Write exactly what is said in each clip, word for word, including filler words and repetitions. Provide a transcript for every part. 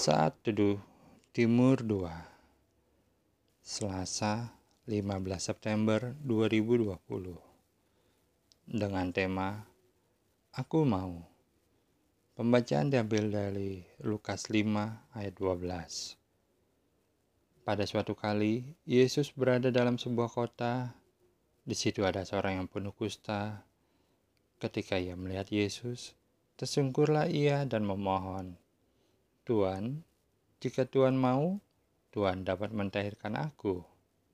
Saat Teduh Timur dua, Selasa lima belas September dua ribu dua puluh, dengan tema Aku Mau. Pembacaan diambil dari Lukas lima ayat dua belas. Pada suatu kali, Yesus berada dalam sebuah kota. Di situ ada seorang yang penuh kusta. Ketika ia melihat Yesus, tersungkurlah ia dan memohon, "Tuan, jika Tuan mau, Tuan dapat mentahirkan aku."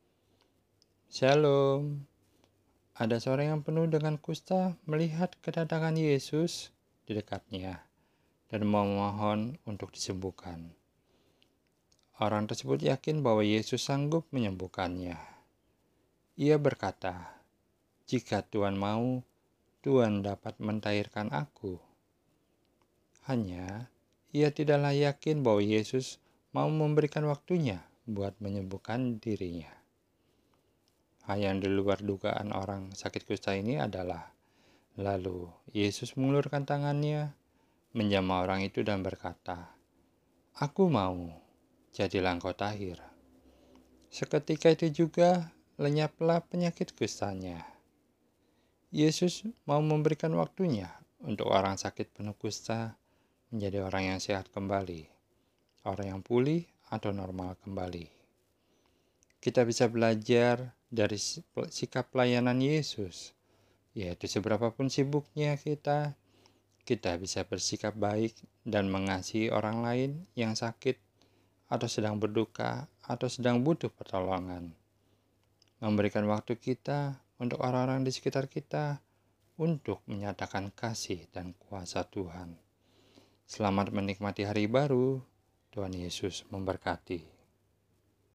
Shalom. Ada seorang yang penuh dengan kusta melihat kedatangan Yesus di dekatnya dan memohon untuk disembuhkan. Orang tersebut yakin bahwa Yesus sanggup menyembuhkannya. Ia berkata, "Jika Tuan mau, Tuan dapat mentahirkan aku." Hanya, ia tidaklah yakin bahwa Yesus mau memberikan waktunya buat menyembuhkan dirinya. Hal yang di luar dugaan orang sakit kusta ini adalah, lalu Yesus mengulurkan tangannya, menjamah orang itu dan berkata, "Aku mau, jadilah engkau tahir." Seketika itu juga lenyaplah penyakit kustanya. Yesus mau memberikan waktunya untuk orang sakit penuh kusta menjadi orang yang sehat kembali, orang yang pulih atau normal kembali. Kita bisa belajar dari sikap pelayanan Yesus, yaitu seberapapun sibuknya kita, kita bisa bersikap baik dan mengasihi orang lain yang sakit atau sedang berduka atau sedang butuh pertolongan. Memberikan waktu kita untuk orang-orang di sekitar kita untuk menyatakan kasih dan kuasa Tuhan. Selamat menikmati hari baru. Tuhan Yesus memberkati.